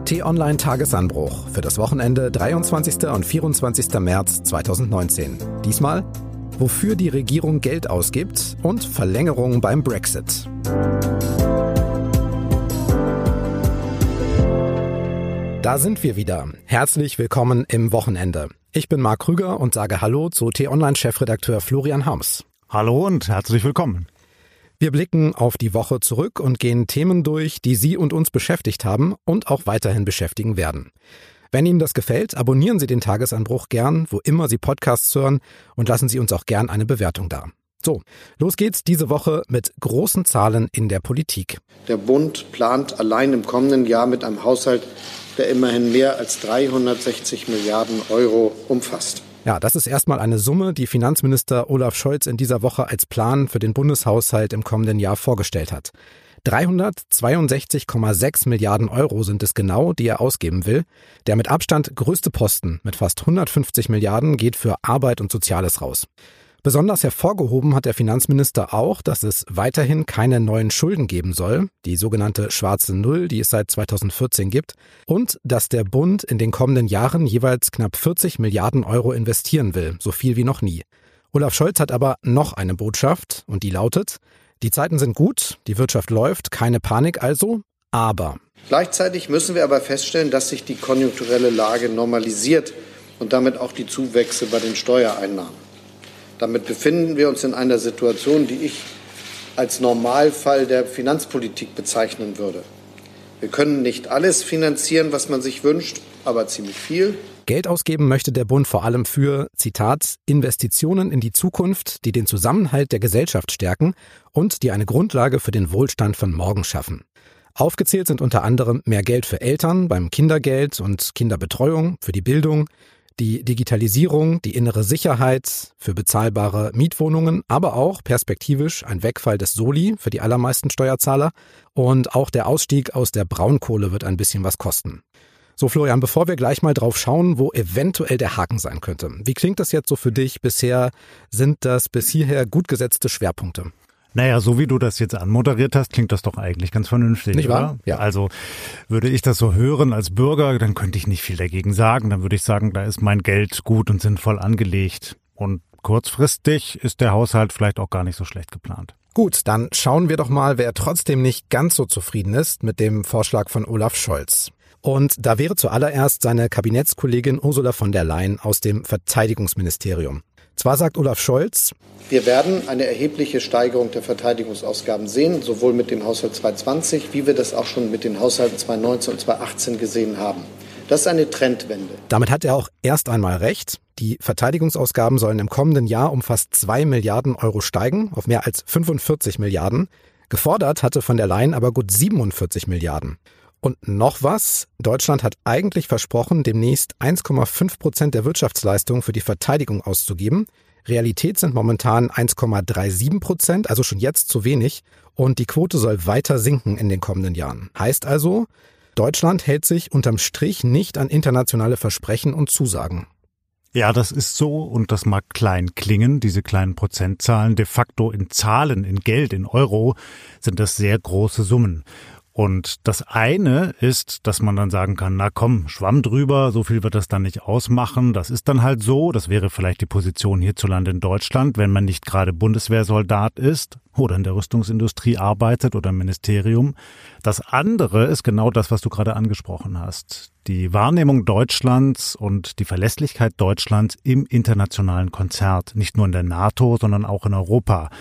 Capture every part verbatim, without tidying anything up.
T-Online-Tagesanbruch für das Wochenende dreiundzwanzigsten und vierundzwanzigsten März zweitausendneunzehn. Diesmal, wofür die Regierung Geld ausgibt und Verlängerung beim Brexit. Da sind wir wieder. Herzlich willkommen im Wochenende. Ich bin Marc Krüger und sage Hallo zu T-Online-Chefredakteur Florian Harms. Hallo und herzlich willkommen. Wir blicken auf die Woche zurück und gehen Themen durch, die Sie und uns beschäftigt haben und auch weiterhin beschäftigen werden. Wenn Ihnen das gefällt, abonnieren Sie den Tagesanbruch gern, wo immer Sie Podcasts hören, und lassen Sie uns auch gern eine Bewertung da. So, los geht's diese Woche mit großen Zahlen in der Politik. Der Bund plant allein im kommenden Jahr mit einem Haushalt, der immerhin mehr als dreihundertsechzig Milliarden Euro umfasst. Ja, das ist erstmal eine Summe, die Finanzminister Olaf Scholz in dieser Woche als Plan für den Bundeshaushalt im kommenden Jahr vorgestellt hat. dreihundertzweiundsechzig Komma sechs Milliarden Euro sind es genau, die er ausgeben will. Der mit Abstand größte Posten mit fast hundertfünfzig Milliarden geht für Arbeit und Soziales raus. Besonders hervorgehoben hat der Finanzminister auch, dass es weiterhin keine neuen Schulden geben soll, die sogenannte schwarze Null, die es seit zweitausendvierzehn gibt, und dass der Bund in den kommenden Jahren jeweils knapp vierzig Milliarden Euro investieren will, so viel wie noch nie. Olaf Scholz hat aber noch eine Botschaft, und die lautet: Die Zeiten sind gut, die Wirtschaft läuft, keine Panik also, aber. Gleichzeitig müssen wir aber feststellen, dass sich die konjunkturelle Lage normalisiert und damit auch die Zuwächse bei den Steuereinnahmen. Damit befinden wir uns in einer Situation, die ich als Normalfall der Finanzpolitik bezeichnen würde. Wir können nicht alles finanzieren, was man sich wünscht, aber ziemlich viel. Geld ausgeben möchte der Bund vor allem für, Zitat, Investitionen in die Zukunft, die den Zusammenhalt der Gesellschaft stärken und die eine Grundlage für den Wohlstand von morgen schaffen. Aufgezählt sind unter anderem mehr Geld für Eltern beim Kindergeld und Kinderbetreuung, für die Bildung, die Digitalisierung, die innere Sicherheit, für bezahlbare Mietwohnungen, aber auch perspektivisch ein Wegfall des Soli für die allermeisten Steuerzahler, und auch der Ausstieg aus der Braunkohle wird ein bisschen was kosten. So, Florian, bevor wir gleich mal drauf schauen, wo eventuell der Haken sein könnte. Wie klingt das jetzt so für dich? Bisher sind das bis hierher gut gesetzte Schwerpunkte. Naja, so wie du das jetzt anmoderiert hast, klingt das doch eigentlich ganz vernünftig, nicht wahr? Oder? Ja. Also würde ich das so hören als Bürger, dann könnte ich nicht viel dagegen sagen. Dann würde ich sagen, da ist mein Geld gut und sinnvoll angelegt. Und kurzfristig ist der Haushalt vielleicht auch gar nicht so schlecht geplant. Gut, dann schauen wir doch mal, wer trotzdem nicht ganz so zufrieden ist mit dem Vorschlag von Olaf Scholz. Und da wäre zuallererst seine Kabinettskollegin Ursula von der Leyen aus dem Verteidigungsministerium. Zwar sagt Olaf Scholz: Wir werden eine erhebliche Steigerung der Verteidigungsausgaben sehen, sowohl mit dem Haushalt zweitausendzwanzig, wie wir das auch schon mit den Haushalten zweitausendneunzehn und zweitausendachtzehn gesehen haben. Das ist eine Trendwende. Damit hat er auch erst einmal recht. Die Verteidigungsausgaben sollen im kommenden Jahr um fast zwei Milliarden Euro steigen, auf mehr als fünfundvierzig Milliarden. Gefordert hatte von der Leyen aber gut siebenundvierzig Milliarden. Und noch was: Deutschland hat eigentlich versprochen, demnächst eins Komma fünf Prozent der Wirtschaftsleistung für die Verteidigung auszugeben. Realität sind momentan eins Komma siebenunddreißig Prozent, also schon jetzt zu wenig. Und die Quote soll weiter sinken in den kommenden Jahren. Heißt also, Deutschland hält sich unterm Strich nicht an internationale Versprechen und Zusagen. Ja, das ist so, und das mag klein klingen, diese kleinen Prozentzahlen. De facto in Zahlen, in Geld, in Euro sind das sehr große Summen. Und das eine ist, dass man dann sagen kann, na komm, Schwamm drüber, so viel wird das dann nicht ausmachen. Das ist dann halt so. Das wäre vielleicht die Position hierzulande in Deutschland, wenn man nicht gerade Bundeswehrsoldat ist oder in der Rüstungsindustrie arbeitet oder im Ministerium. Das andere ist genau das, was du gerade angesprochen hast. Die Wahrnehmung Deutschlands und die Verlässlichkeit Deutschlands im internationalen Konzert. Nicht nur in der NATO, sondern auch in Europa.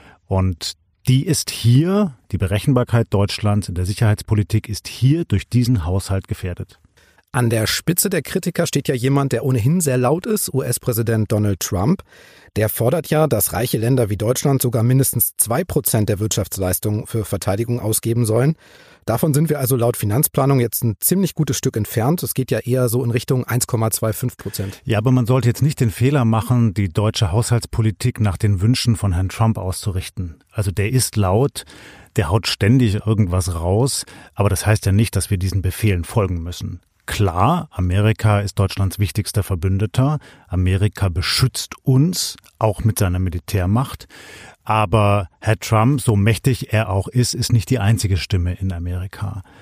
Und die ist hier, die Berechenbarkeit Deutschlands in der Sicherheitspolitik ist hier durch diesen Haushalt gefährdet. An der Spitze der Kritiker steht ja jemand, der ohnehin sehr laut ist, U S-Präsident Donald Trump. Der fordert ja, dass reiche Länder wie Deutschland sogar mindestens zwei Prozent der Wirtschaftsleistung für Verteidigung ausgeben sollen. Davon sind wir also laut Finanzplanung jetzt ein ziemlich gutes Stück entfernt. Es geht ja eher so in Richtung eins Komma fünfundzwanzig Prozent. Ja, aber man sollte jetzt nicht den Fehler machen, die deutsche Haushaltspolitik nach den Wünschen von Herrn Trump auszurichten. Also der ist laut, der haut ständig irgendwas raus, aber das heißt ja nicht, dass wir diesen Befehlen folgen müssen. Klar, Amerika ist Deutschlands wichtigster Verbündeter. Amerika beschützt uns, auch mit seiner Militärmacht. Aber Herr Trump, so mächtig er auch ist, ist nicht die einzige Stimme in Amerika.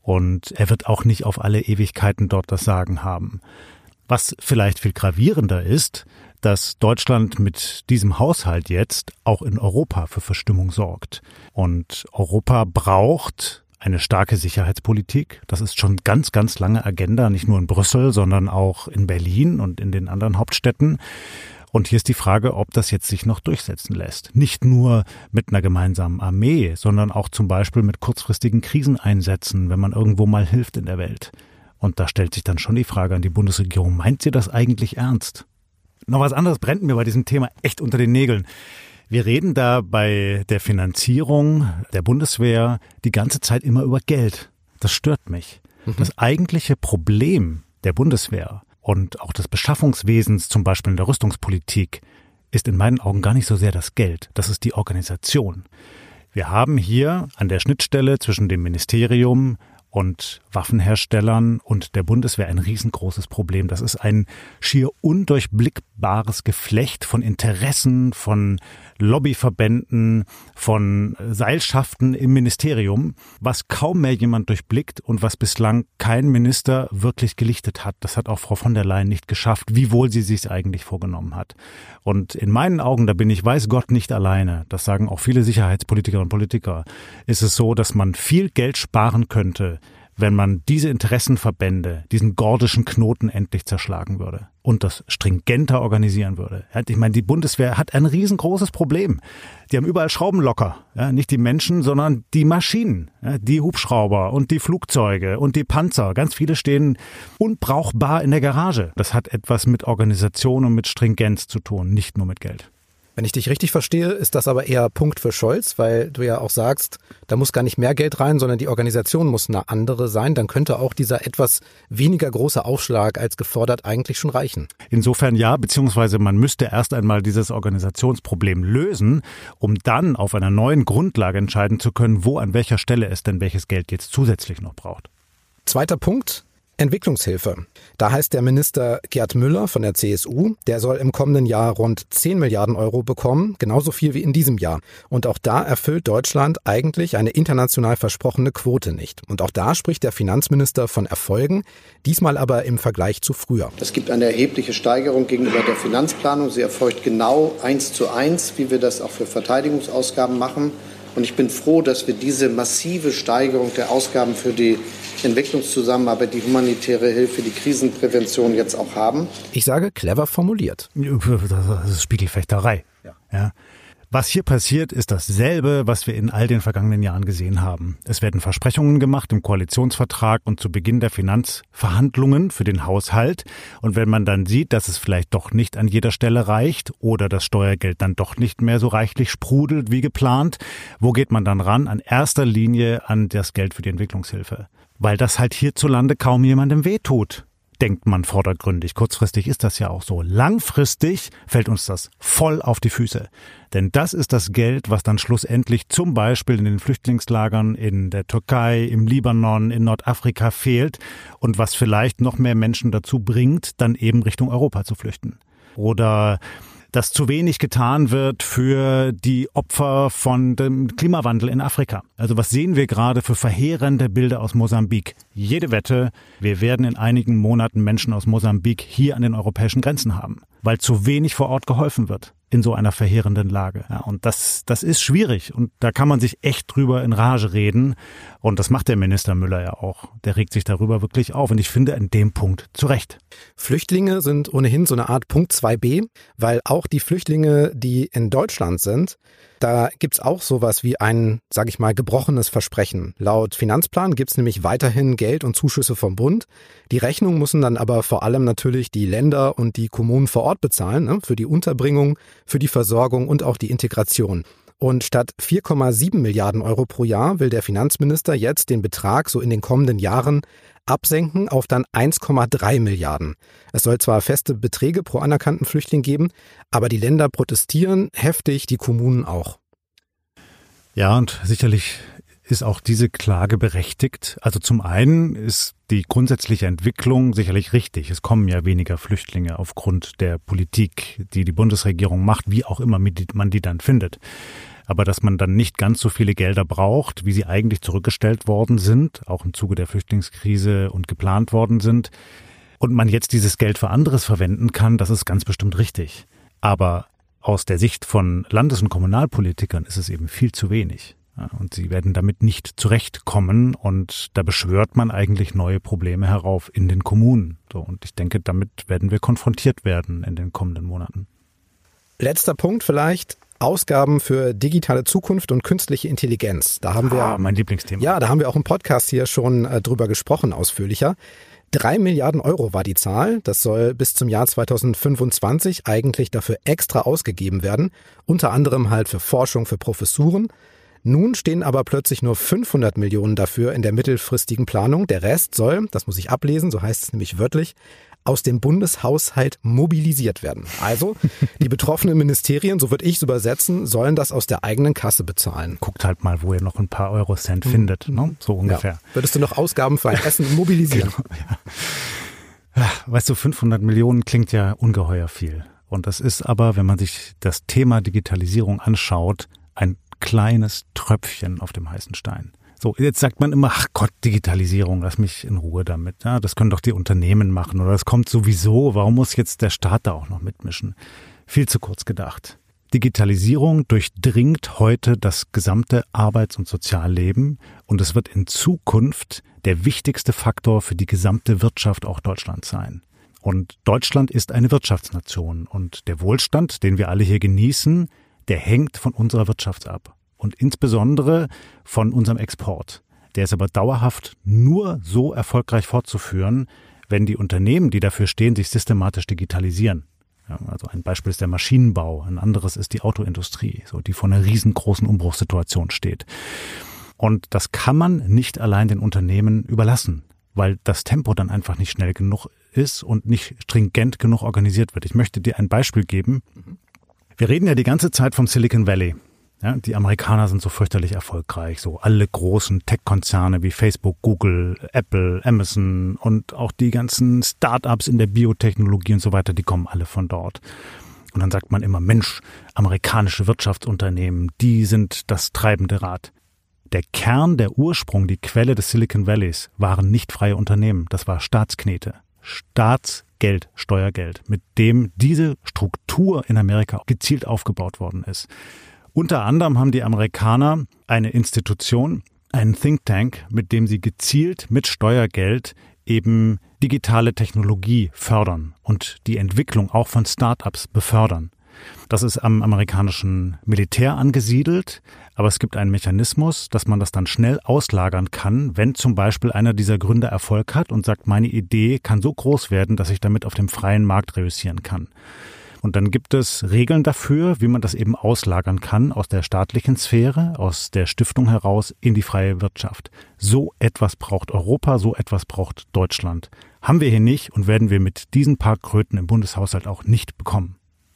Und er wird auch nicht auf alle Ewigkeiten dort das Sagen haben. Was vielleicht viel gravierender ist, dass Deutschland mit diesem Haushalt jetzt auch in Europa für Verstimmung sorgt. Und Europa braucht eine starke Sicherheitspolitik. Das ist schon ganz, ganz lange Agenda, nicht nur in Brüssel, sondern auch in Berlin und in den anderen Hauptstädten. Und hier ist die Frage, ob das jetzt sich noch durchsetzen lässt. Nicht nur mit einer gemeinsamen Armee, sondern auch zum Beispiel mit kurzfristigen Kriseneinsätzen, wenn man irgendwo mal hilft in der Welt. Und da stellt sich dann schon die Frage an die Bundesregierung, meint sie das eigentlich ernst? Noch was anderes brennt mir bei diesem Thema echt unter den Nägeln. Wir reden da bei der Finanzierung der Bundeswehr die ganze Zeit immer über Geld. Das stört mich. Mhm. Das eigentliche Problem der Bundeswehr und auch des Beschaffungswesens, zum Beispiel in der Rüstungspolitik, ist in meinen Augen gar nicht so sehr das Geld. Das ist die Organisation. Wir haben hier an der Schnittstelle zwischen dem Ministerium und Waffenherstellern und der Bundeswehr ein riesengroßes Problem. Das ist ein schier undurchblickbares Geflecht von Interessen, von Lobbyverbänden, von Seilschaften im Ministerium, was kaum mehr jemand durchblickt und was bislang kein Minister wirklich gelichtet hat. Das hat auch Frau von der Leyen nicht geschafft, wiewohl sie sich eigentlich vorgenommen hat. Und in meinen Augen, da bin ich weiß Gott nicht alleine, das sagen auch viele Sicherheitspolitikerinnen und Politiker, ist es so, dass man viel Geld sparen könnte, wenn man diese Interessenverbände, diesen gordischen Knoten endlich zerschlagen würde und das stringenter organisieren würde. Ich meine, die Bundeswehr hat ein riesengroßes Problem. Die haben überall Schrauben locker. Ja, nicht die Menschen, sondern die Maschinen, ja, die Hubschrauber und die Flugzeuge und die Panzer. Ganz viele stehen unbrauchbar in der Garage. Das hat etwas mit Organisation und mit Stringenz zu tun, nicht nur mit Geld. Wenn ich dich richtig verstehe, ist das aber eher Punkt für Scholz, weil du ja auch sagst, da muss gar nicht mehr Geld rein, sondern die Organisation muss eine andere sein. Dann könnte auch dieser etwas weniger große Aufschlag als gefordert eigentlich schon reichen. Insofern ja, beziehungsweise man müsste erst einmal dieses Organisationsproblem lösen, um dann auf einer neuen Grundlage entscheiden zu können, wo an welcher Stelle es denn welches Geld jetzt zusätzlich noch braucht. Zweiter Punkt. Entwicklungshilfe. Da heißt der Minister Gerd Müller von der C S U, der soll im kommenden Jahr rund zehn Milliarden Euro bekommen, genauso viel wie in diesem Jahr. Und auch da erfüllt Deutschland eigentlich eine international versprochene Quote nicht. Und auch da spricht der Finanzminister von Erfolgen, diesmal aber im Vergleich zu früher. Es gibt eine erhebliche Steigerung gegenüber der Finanzplanung. Sie erfolgt genau eins zu eins, wie wir das auch für Verteidigungsausgaben machen. Und ich bin froh, dass wir diese massive Steigerung der Ausgaben für die Entwicklungszusammenarbeit, die humanitäre Hilfe, die Krisenprävention jetzt auch haben. Ich sage, clever formuliert. Das ist Spiegelfechterei. Ja. Ja. Was hier passiert, ist dasselbe, was wir in all den vergangenen Jahren gesehen haben. Es werden Versprechungen gemacht im Koalitionsvertrag und zu Beginn der Finanzverhandlungen für den Haushalt. Und wenn man dann sieht, dass es vielleicht doch nicht an jeder Stelle reicht oder das Steuergeld dann doch nicht mehr so reichlich sprudelt wie geplant, wo geht man dann ran? An erster Linie an das Geld für die Entwicklungshilfe. Weil das halt hierzulande kaum jemandem wehtut, denkt man vordergründig. Kurzfristig ist das ja auch so. Langfristig fällt uns das voll auf die Füße. Denn das ist das Geld, was dann schlussendlich zum Beispiel in den Flüchtlingslagern in der Türkei, im Libanon, in Nordafrika fehlt und was vielleicht noch mehr Menschen dazu bringt, dann eben Richtung Europa zu flüchten. Oder dass zu wenig getan wird für die Opfer von dem Klimawandel in Afrika. Also was sehen wir gerade für verheerende Bilder aus Mosambik? Jede Wette, wir werden in einigen Monaten Menschen aus Mosambik hier an den europäischen Grenzen haben, weil zu wenig vor Ort geholfen wird in so einer verheerenden Lage. Ja, und das, das ist schwierig und da kann man sich echt drüber in Rage reden und das macht der Minister Müller ja auch. Der regt sich darüber wirklich auf und ich finde an dem Punkt zu Recht. Flüchtlinge sind ohnehin so eine Art Punkt zwei b, weil auch die Flüchtlinge, die in Deutschland sind, da gibt's auch sowas wie ein, sage ich mal, gebrochenes Versprechen. Laut Finanzplan gibt's nämlich weiterhin Geld und Zuschüsse vom Bund. Die Rechnung müssen dann aber vor allem natürlich die Länder und die Kommunen vor Ort bezahlen, ne, für die Unterbringung, für die Versorgung und auch die Integration. Und statt vier Komma sieben Milliarden Euro pro Jahr will der Finanzminister jetzt den Betrag so in den kommenden Jahren absenken auf dann eins Komma drei Milliarden. Es soll zwar feste Beträge pro anerkannten Flüchtling geben, aber die Länder protestieren heftig, die Kommunen auch. Ja, und sicherlich ist auch diese Klage berechtigt. Also zum einen ist die grundsätzliche Entwicklung sicherlich richtig. Es kommen ja weniger Flüchtlinge aufgrund der Politik, die die Bundesregierung macht, wie auch immer man die dann findet. aber dass man dann nicht ganz so viele Gelder braucht, wie sie eigentlich zurückgestellt worden sind, auch im Zuge der Flüchtlingskrise und geplant worden sind, und man jetzt dieses Geld für anderes verwenden kann, das ist ganz bestimmt richtig. Aber aus der Sicht von Landes- und Kommunalpolitikern ist es eben viel zu wenig. Und sie werden damit nicht zurechtkommen und da beschwört man eigentlich neue Probleme herauf in den Kommunen. So, und ich denke, damit werden wir konfrontiert werden in den kommenden Monaten. Letzter Punkt vielleicht. Ausgaben für digitale Zukunft und künstliche Intelligenz. Da haben wir, ah, mein Lieblingsthema. Ja, da haben wir auch im Podcast hier schon äh, drüber gesprochen, ausführlicher. Drei Milliarden Euro war die Zahl. Das soll bis zum Jahr zweitausendfünfundzwanzig eigentlich dafür extra ausgegeben werden. Unter anderem halt für Forschung, für Professuren. Nun stehen aber plötzlich nur fünfhundert Millionen dafür in der mittelfristigen Planung. Der Rest soll, das muss ich ablesen, so heißt es nämlich wörtlich, aus dem Bundeshaushalt mobilisiert werden. Also die betroffenen Ministerien, so würde ich es übersetzen, sollen das aus der eigenen Kasse bezahlen. Guckt halt mal, wo ihr noch ein paar Eurocent mhm. findet, ne? So ungefähr. Ja. Würdest du noch Ausgaben für ein Essen mobilisieren? Genau, ja. Weißt du, fünfhundert Millionen klingt ja ungeheuer viel. Und das ist aber, wenn man sich das Thema Digitalisierung anschaut, ein kleines Tröpfchen auf dem heißen Stein. So, jetzt sagt man immer, ach Gott, Digitalisierung, lass mich in Ruhe damit. Ja, das können doch die Unternehmen machen oder das kommt sowieso. Warum muss jetzt der Staat da auch noch mitmischen? Viel zu kurz gedacht. Digitalisierung durchdringt heute das gesamte Arbeits- und Sozialleben und es wird in Zukunft der wichtigste Faktor für die gesamte Wirtschaft auch Deutschlands sein. Und Deutschland ist eine Wirtschaftsnation und der Wohlstand, den wir alle hier genießen, der hängt von unserer Wirtschaft ab. Und insbesondere von unserem Export. Der ist aber dauerhaft nur so erfolgreich fortzuführen, wenn die Unternehmen, die dafür stehen, sich systematisch digitalisieren. Ja, also ein Beispiel ist der Maschinenbau, ein anderes ist die Autoindustrie, so, die vor einer riesengroßen Umbruchssituation steht. Und das kann man nicht allein den Unternehmen überlassen, weil das Tempo dann einfach nicht schnell genug ist und nicht stringent genug organisiert wird. Ich möchte dir ein Beispiel geben. Wir reden ja die ganze Zeit vom Silicon Valley. Ja, die Amerikaner sind so fürchterlich erfolgreich, so alle großen Tech-Konzerne wie Facebook, Google, Apple, Amazon und auch die ganzen Start-ups in der Biotechnologie und so weiter, die kommen alle von dort. Und dann sagt man immer, Mensch, amerikanische Wirtschaftsunternehmen, die sind das treibende Rad. Der Kern, der Ursprung, die Quelle des Silicon Valleys waren nicht freie Unternehmen, das war Staatsknete, Staatsgeld, Steuergeld, mit dem diese Struktur in Amerika gezielt aufgebaut worden ist. Unter anderem haben die Amerikaner eine Institution, einen Think Tank, mit dem sie gezielt mit Steuergeld eben digitale Technologie fördern und die Entwicklung auch von Start-ups befördern. Das ist am amerikanischen Militär angesiedelt, aber es gibt einen Mechanismus, dass man das dann schnell auslagern kann, wenn zum Beispiel einer dieser Gründer Erfolg hat und sagt, meine Idee kann so groß werden, dass ich damit auf dem freien Markt reüssieren kann. Und dann gibt es Regeln dafür, wie man das eben auslagern kann aus der staatlichen Sphäre, aus der Stiftung heraus in die freie Wirtschaft. So etwas braucht Europa, so etwas braucht Deutschland. Haben wir hier nicht und werden wir mit diesen paar Kröten im Bundeshaushalt auch nicht bekommen.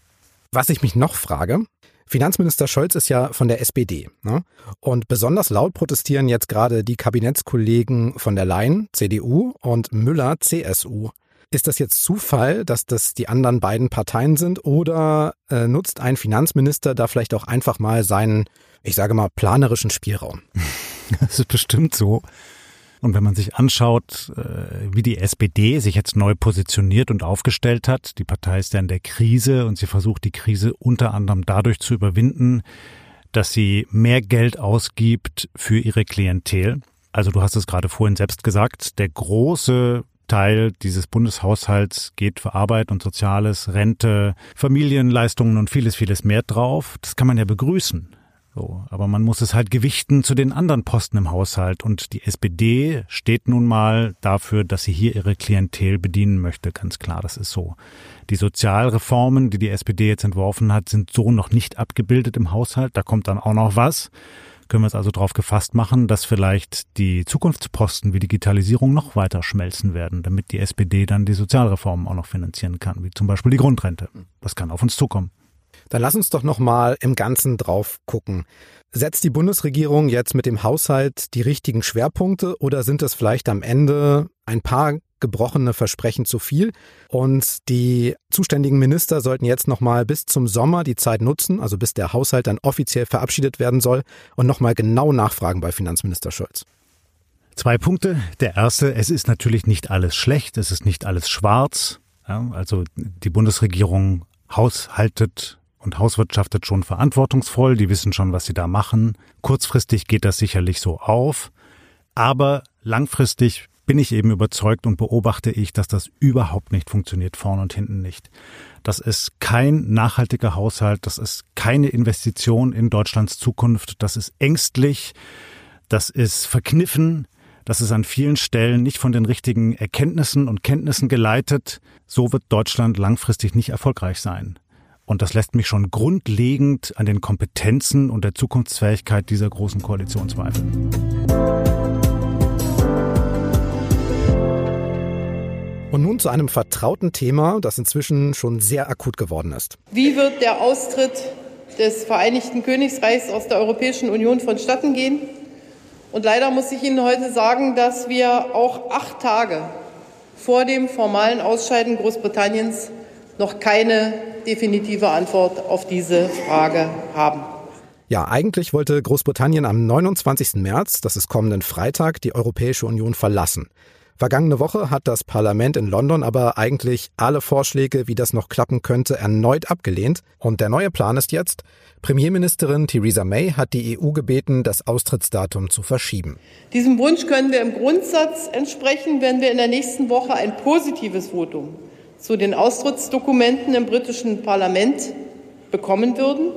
Was ich mich noch frage, Finanzminister Scholz ist ja von der S P D, ne? Und besonders laut protestieren jetzt gerade die Kabinettskollegen von der Leyen, C D U, und Müller, C S U. Ist das jetzt Zufall, dass das die anderen beiden Parteien sind oder äh, nutzt ein Finanzminister da vielleicht auch einfach mal seinen, ich sage mal, planerischen Spielraum? Das ist bestimmt so. Und wenn man sich anschaut, äh, wie die S P D sich jetzt neu positioniert und aufgestellt hat, die Partei ist ja in der Krise und sie versucht die Krise unter anderem dadurch zu überwinden, dass sie mehr Geld ausgibt für ihre Klientel. Also du hast es gerade vorhin selbst gesagt, der große Teil dieses Bundeshaushalts geht für Arbeit und Soziales, Rente, Familienleistungen und vieles, vieles mehr drauf. Das kann man ja begrüßen. So, aber man muss es halt gewichten zu den anderen Posten im Haushalt. Und die S P D steht nun mal dafür, dass sie hier ihre Klientel bedienen möchte. Ganz klar, das ist so. Die Sozialreformen, die die S P D jetzt entworfen hat, sind so noch nicht abgebildet im Haushalt. Da kommt dann auch noch was. Können wir es also darauf gefasst machen, dass vielleicht die Zukunftsposten wie Digitalisierung noch weiter schmelzen werden, damit die S P D dann die Sozialreformen auch noch finanzieren kann, wie zum Beispiel die Grundrente. Das kann auf uns zukommen. Dann lass uns doch noch mal im Ganzen drauf gucken. Setzt die Bundesregierung jetzt mit dem Haushalt die richtigen Schwerpunkte oder sind es vielleicht am Ende ein paar gebrochene Versprechen zu viel. Und die zuständigen Minister sollten jetzt nochmal bis zum Sommer die Zeit nutzen, also bis der Haushalt dann offiziell verabschiedet werden soll, und nochmal genau nachfragen bei Finanzminister Scholz. Zwei Punkte. Der erste, es ist natürlich nicht alles schlecht, es ist nicht alles schwarz. Ja, also die Bundesregierung haushaltet und hauswirtschaftet schon verantwortungsvoll. Die wissen schon, was sie da machen. Kurzfristig geht das sicherlich so auf. Aber langfristig bin ich eben überzeugt und beobachte ich, dass das überhaupt nicht funktioniert, vorn und hinten nicht. Das ist kein nachhaltiger Haushalt, das ist keine Investition in Deutschlands Zukunft, das ist ängstlich, das ist verkniffen, das ist an vielen Stellen nicht von den richtigen Erkenntnissen und Kenntnissen geleitet. So wird Deutschland langfristig nicht erfolgreich sein. Und das lässt mich schon grundlegend an den Kompetenzen und der Zukunftsfähigkeit dieser großen Koalition zweifeln. Und nun zu einem vertrauten Thema, das inzwischen schon sehr akut geworden ist. Wie wird der Austritt des Vereinigten Königreichs aus der Europäischen Union vonstatten gehen? Und leider muss ich Ihnen heute sagen, dass wir auch acht Tage vor dem formalen Ausscheiden Großbritanniens noch keine definitive Antwort auf diese Frage haben. Ja, eigentlich wollte Großbritannien am neunundzwanzigsten März, das ist kommenden Freitag, die Europäische Union verlassen. Vergangene Woche hat das Parlament in London aber eigentlich alle Vorschläge, wie das noch klappen könnte, erneut abgelehnt. Und der neue Plan ist jetzt, Premierministerin Theresa May hat die E U gebeten, das Austrittsdatum zu verschieben. Diesem Wunsch können wir im Grundsatz entsprechen, wenn wir in der nächsten Woche ein positives Votum zu den Austrittsdokumenten im britischen Parlament bekommen würden.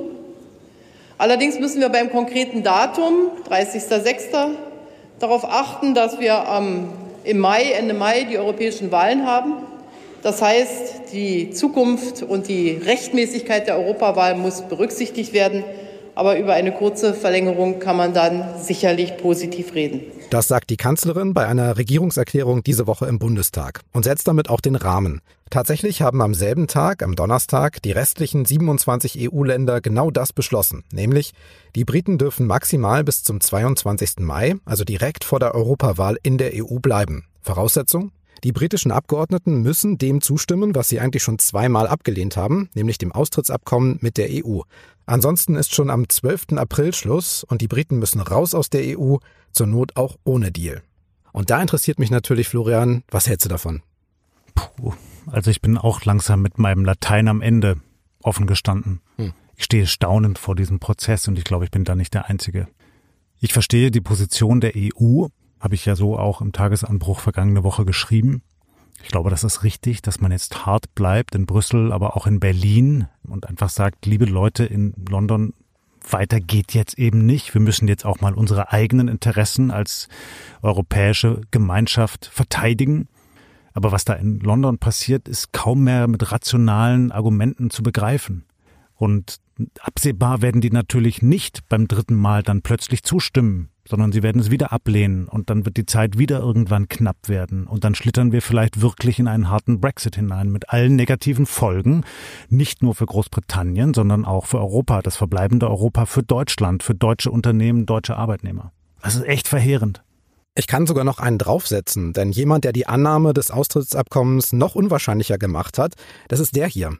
Allerdings müssen wir beim konkreten Datum, dreißigster sechster, darauf achten, dass wir am im Mai, Ende Mai die europäischen Wahlen haben. Das heißt, die Zukunft und die Rechtmäßigkeit der Europawahl muss berücksichtigt werden. Aber über eine kurze Verlängerung kann man dann sicherlich positiv reden. Das sagt die Kanzlerin bei einer Regierungserklärung diese Woche im Bundestag und setzt damit auch den Rahmen. Tatsächlich haben am selben Tag, am Donnerstag, die restlichen siebenundzwanzig E U-Länder genau das beschlossen. Nämlich, die Briten dürfen maximal bis zum zweiundzwanzigsten Mai, also direkt vor der Europawahl, in der E U bleiben. Voraussetzung? Die britischen Abgeordneten müssen dem zustimmen, was sie eigentlich schon zweimal abgelehnt haben, nämlich dem Austrittsabkommen mit der E U. Ansonsten ist schon am zwölften April Schluss und die Briten müssen raus aus der E U, zur Not auch ohne Deal. Und da interessiert mich natürlich, Florian, was hältst du davon? Puh, also ich bin auch langsam mit meinem Latein am Ende offen gestanden. Hm. Ich stehe staunend vor diesem Prozess und ich glaube, ich bin da nicht der Einzige. Ich verstehe die Position der E U, habe ich ja so auch im Tagesanbruch vergangene Woche geschrieben. Ich glaube, das ist richtig, dass man jetzt hart bleibt in Brüssel, aber auch in Berlin und einfach sagt, liebe Leute in London, weiter geht jetzt eben nicht. Wir müssen jetzt auch mal unsere eigenen Interessen als europäische Gemeinschaft verteidigen. Aber was da in London passiert, ist kaum mehr mit rationalen Argumenten zu begreifen. Und absehbar werden die natürlich nicht beim dritten Mal dann plötzlich zustimmen, sondern sie werden es wieder ablehnen und dann wird die Zeit wieder irgendwann knapp werden und dann schlittern wir vielleicht wirklich in einen harten Brexit hinein mit allen negativen Folgen, nicht nur für Großbritannien, sondern auch für Europa, das verbleibende Europa für Deutschland, für deutsche Unternehmen, deutsche Arbeitnehmer. Das ist echt verheerend. Ich kann sogar noch einen draufsetzen, denn jemand, der die Annahme des Austrittsabkommens noch unwahrscheinlicher gemacht hat, das ist der hier.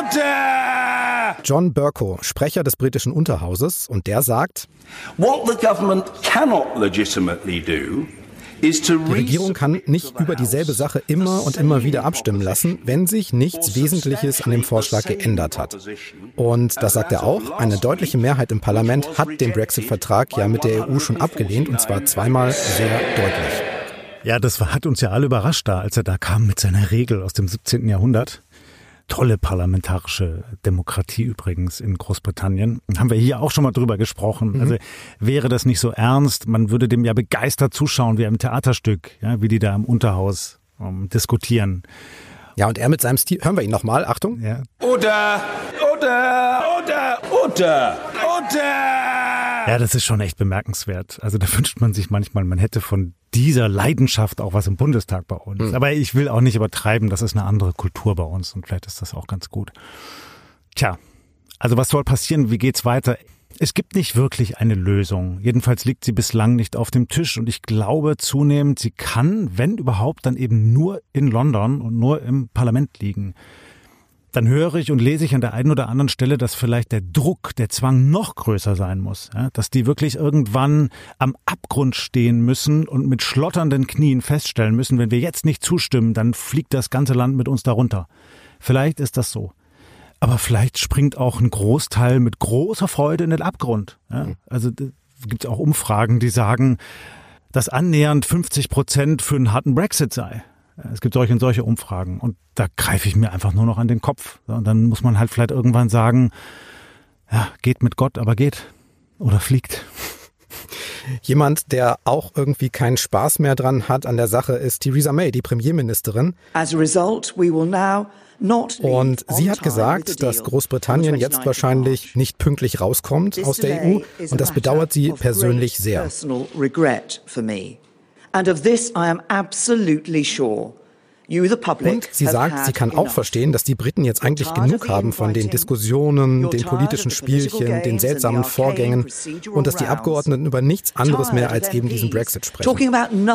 John Bercow, Sprecher des britischen Unterhauses, und der sagt, What the government cannot legitimately do is to die Regierung kann nicht über dieselbe Sache immer und immer wieder abstimmen lassen, wenn sich nichts Wesentliches an dem Vorschlag geändert hat. Und das sagt er auch, eine deutliche Mehrheit im Parlament hat den Brexit-Vertrag ja mit der E U schon abgelehnt, und zwar zweimal sehr deutlich. Ja, das hat uns ja alle überrascht da, als er da kam mit seiner Regel aus dem siebzehnten Jahrhundert. Tolle parlamentarische Demokratie übrigens in Großbritannien. Haben wir hier auch schon mal drüber gesprochen. Mhm. Also wäre das nicht so ernst, man würde dem ja begeistert zuschauen wie einem Theaterstück, ja, wie die da im Unterhaus um, diskutieren. Ja, und er mit seinem Stil, hören wir ihn nochmal, Achtung. Ja. Oder, oder, oder, oder, oder. Ja, das ist schon echt bemerkenswert. Also da wünscht man sich manchmal, man hätte von dieser Leidenschaft auch was im Bundestag bei uns. Mhm. Aber ich will auch nicht übertreiben, das ist eine andere Kultur bei uns und vielleicht ist das auch ganz gut. Tja, also was soll passieren? Wie geht's weiter? Es gibt nicht wirklich eine Lösung. Jedenfalls liegt sie bislang nicht auf dem Tisch. Und ich glaube zunehmend, sie kann, wenn überhaupt, dann eben nur in London und nur im Parlament liegen. Dann höre ich und lese ich an der einen oder anderen Stelle, dass vielleicht der Druck, der Zwang noch größer sein muss. Ja, dass die wirklich irgendwann am Abgrund stehen müssen und mit schlotternden Knien feststellen müssen, wenn wir jetzt nicht zustimmen, dann fliegt das ganze Land mit uns darunter. Vielleicht ist das so. Aber vielleicht springt auch ein Großteil mit großer Freude in den Abgrund. Ja, also gibt es auch Umfragen, die sagen, dass annähernd fünfzig Prozent für einen harten Brexit sei. Es gibt solche und solche Umfragen. Und da greife ich mir einfach nur noch an den Kopf. Und dann muss man halt vielleicht irgendwann sagen, ja, geht mit Gott, aber geht. Oder fliegt. Jemand, der auch irgendwie keinen Spaß mehr dran hat an der Sache, ist Theresa May, die Premierministerin. As a result, we will now Und sie hat gesagt, dass Großbritannien jetzt wahrscheinlich nicht pünktlich rauskommt aus der E U. Und das bedauert sie persönlich sehr. Und sie sagt, sie kann auch verstehen, dass die Briten jetzt eigentlich genug haben von den Diskussionen, den politischen Spielchen, den seltsamen Vorgängen und dass die Abgeordneten über nichts anderes mehr als eben diesen Brexit sprechen.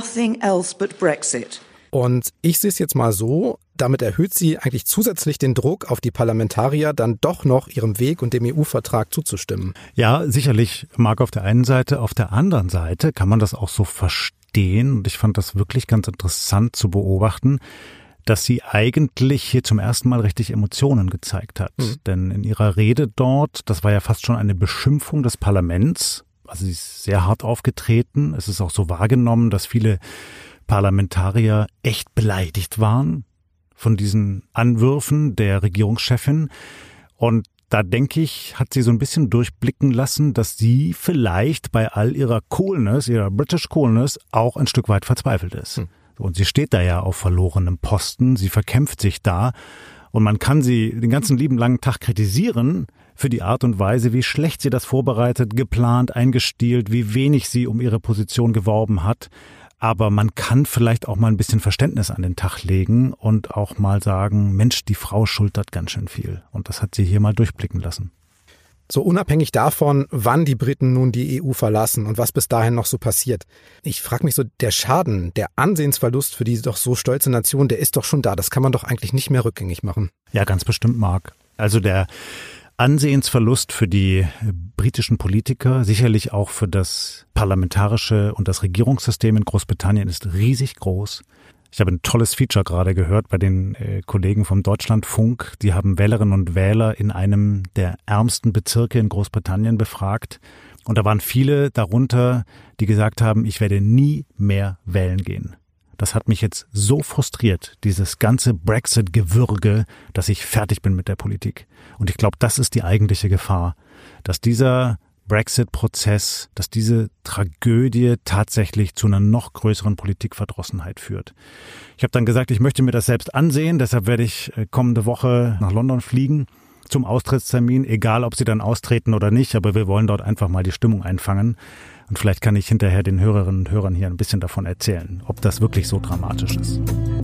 Und ich sehe es jetzt mal so, damit erhöht sie eigentlich zusätzlich den Druck auf die Parlamentarier, dann doch noch ihrem Weg und dem E U-Vertrag zuzustimmen. Ja, sicherlich, Marc, auf der einen Seite. Auf der anderen Seite kann man das auch so verstehen. Und ich fand das wirklich ganz interessant zu beobachten, dass sie eigentlich hier zum ersten Mal richtig Emotionen gezeigt hat. Mhm. Denn in ihrer Rede dort, das war ja fast schon eine Beschimpfung des Parlaments. Also sie ist sehr hart aufgetreten. Es ist auch so wahrgenommen, dass viele Parlamentarier echt beleidigt waren von diesen Anwürfen der Regierungschefin. Und da denke ich, hat sie so ein bisschen durchblicken lassen, dass sie vielleicht bei all ihrer Coolness, ihrer British Coolness, auch ein Stück weit verzweifelt ist. Hm. Und sie steht da ja auf verlorenem Posten, sie verkämpft sich da. Und man kann sie den ganzen lieben langen Tag kritisieren für die Art und Weise, wie schlecht sie das vorbereitet, geplant, eingestielt, wie wenig sie um ihre Position geworben hat. Aber man kann vielleicht auch mal ein bisschen Verständnis an den Tag legen und auch mal sagen, Mensch, die Frau schultert ganz schön viel. Und das hat sie hier mal durchblicken lassen. So unabhängig davon, wann die Briten nun die E U verlassen und was bis dahin noch so passiert. Ich frage mich so, der Schaden, der Ansehensverlust für diese doch so stolze Nation, der ist doch schon da. Das kann man doch eigentlich nicht mehr rückgängig machen. Ja, ganz bestimmt, Marc. Also der Ansehensverlust für die britischen Politiker, sicherlich auch für das parlamentarische und das Regierungssystem in Großbritannien ist riesig groß. Ich habe ein tolles Feature gerade gehört bei den äh, Kollegen vom Deutschlandfunk. Die haben Wählerinnen und Wähler in einem der ärmsten Bezirke in Großbritannien befragt. Und da waren viele darunter, die gesagt haben, ich werde nie mehr wählen gehen. Das hat mich jetzt so frustriert, dieses ganze Brexit-Gewürge, dass ich fertig bin mit der Politik. Und ich glaube, das ist die eigentliche Gefahr, dass dieser Brexit-Prozess, dass diese Tragödie tatsächlich zu einer noch größeren Politikverdrossenheit führt. Ich habe dann gesagt, ich möchte mir das selbst ansehen, deshalb werde ich kommende Woche nach London fliegen zum Austrittstermin, egal ob sie dann austreten oder nicht, aber wir wollen dort einfach mal die Stimmung einfangen. Und vielleicht kann ich hinterher den Hörerinnen und Hörern hier ein bisschen davon erzählen, ob das wirklich so dramatisch ist.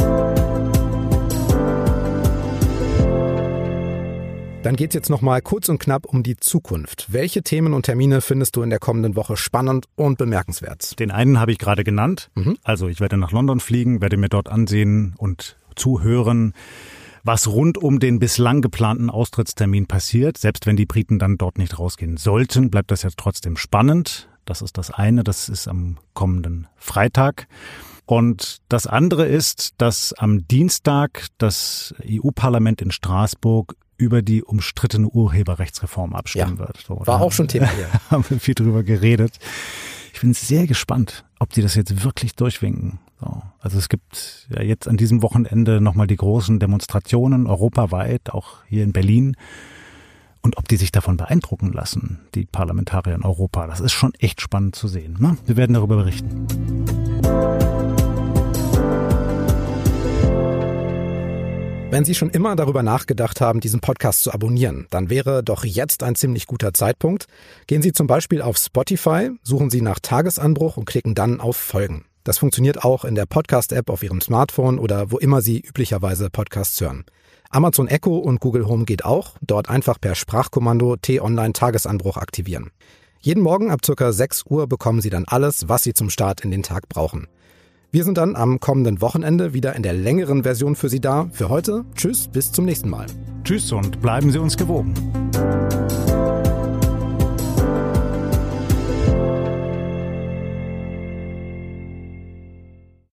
Dann geht's jetzt noch mal kurz und knapp um die Zukunft. Welche Themen und Termine findest du in der kommenden Woche spannend und bemerkenswert? Den einen habe ich gerade genannt. Mhm. Also ich werde nach London fliegen, werde mir dort ansehen und zuhören, was rund um den bislang geplanten Austrittstermin passiert. Selbst wenn die Briten dann dort nicht rausgehen sollten, bleibt das ja trotzdem spannend. Das ist das eine, das ist am kommenden Freitag. Und das andere ist, dass am Dienstag das E U-Parlament in Straßburg über die umstrittene Urheberrechtsreform abstimmen ja, wird. So, war auch schon Thema hier. Haben wir viel drüber geredet. Ich bin sehr gespannt, ob die das jetzt wirklich durchwinken. So, also es gibt ja jetzt an diesem Wochenende nochmal die großen Demonstrationen europaweit, auch hier in Berlin. Und ob die sich davon beeindrucken lassen, die Parlamentarier in Europa, das ist schon echt spannend zu sehen. Ne? Wir werden darüber berichten. Wenn Sie schon immer darüber nachgedacht haben, diesen Podcast zu abonnieren, dann wäre doch jetzt ein ziemlich guter Zeitpunkt. Gehen Sie zum Beispiel auf Spotify, suchen Sie nach Tagesanbruch und klicken dann auf Folgen. Das funktioniert auch in der Podcast-App auf Ihrem Smartphone oder wo immer Sie üblicherweise Podcasts hören. Amazon Echo und Google Home geht auch. Dort einfach per Sprachkommando T-Online Tagesanbruch aktivieren. Jeden Morgen ab ca. sechs Uhr bekommen Sie dann alles, was Sie zum Start in den Tag brauchen. Wir sind dann am kommenden Wochenende wieder in der längeren Version für Sie da. Für heute, tschüss, bis zum nächsten Mal. Tschüss und bleiben Sie uns gewogen.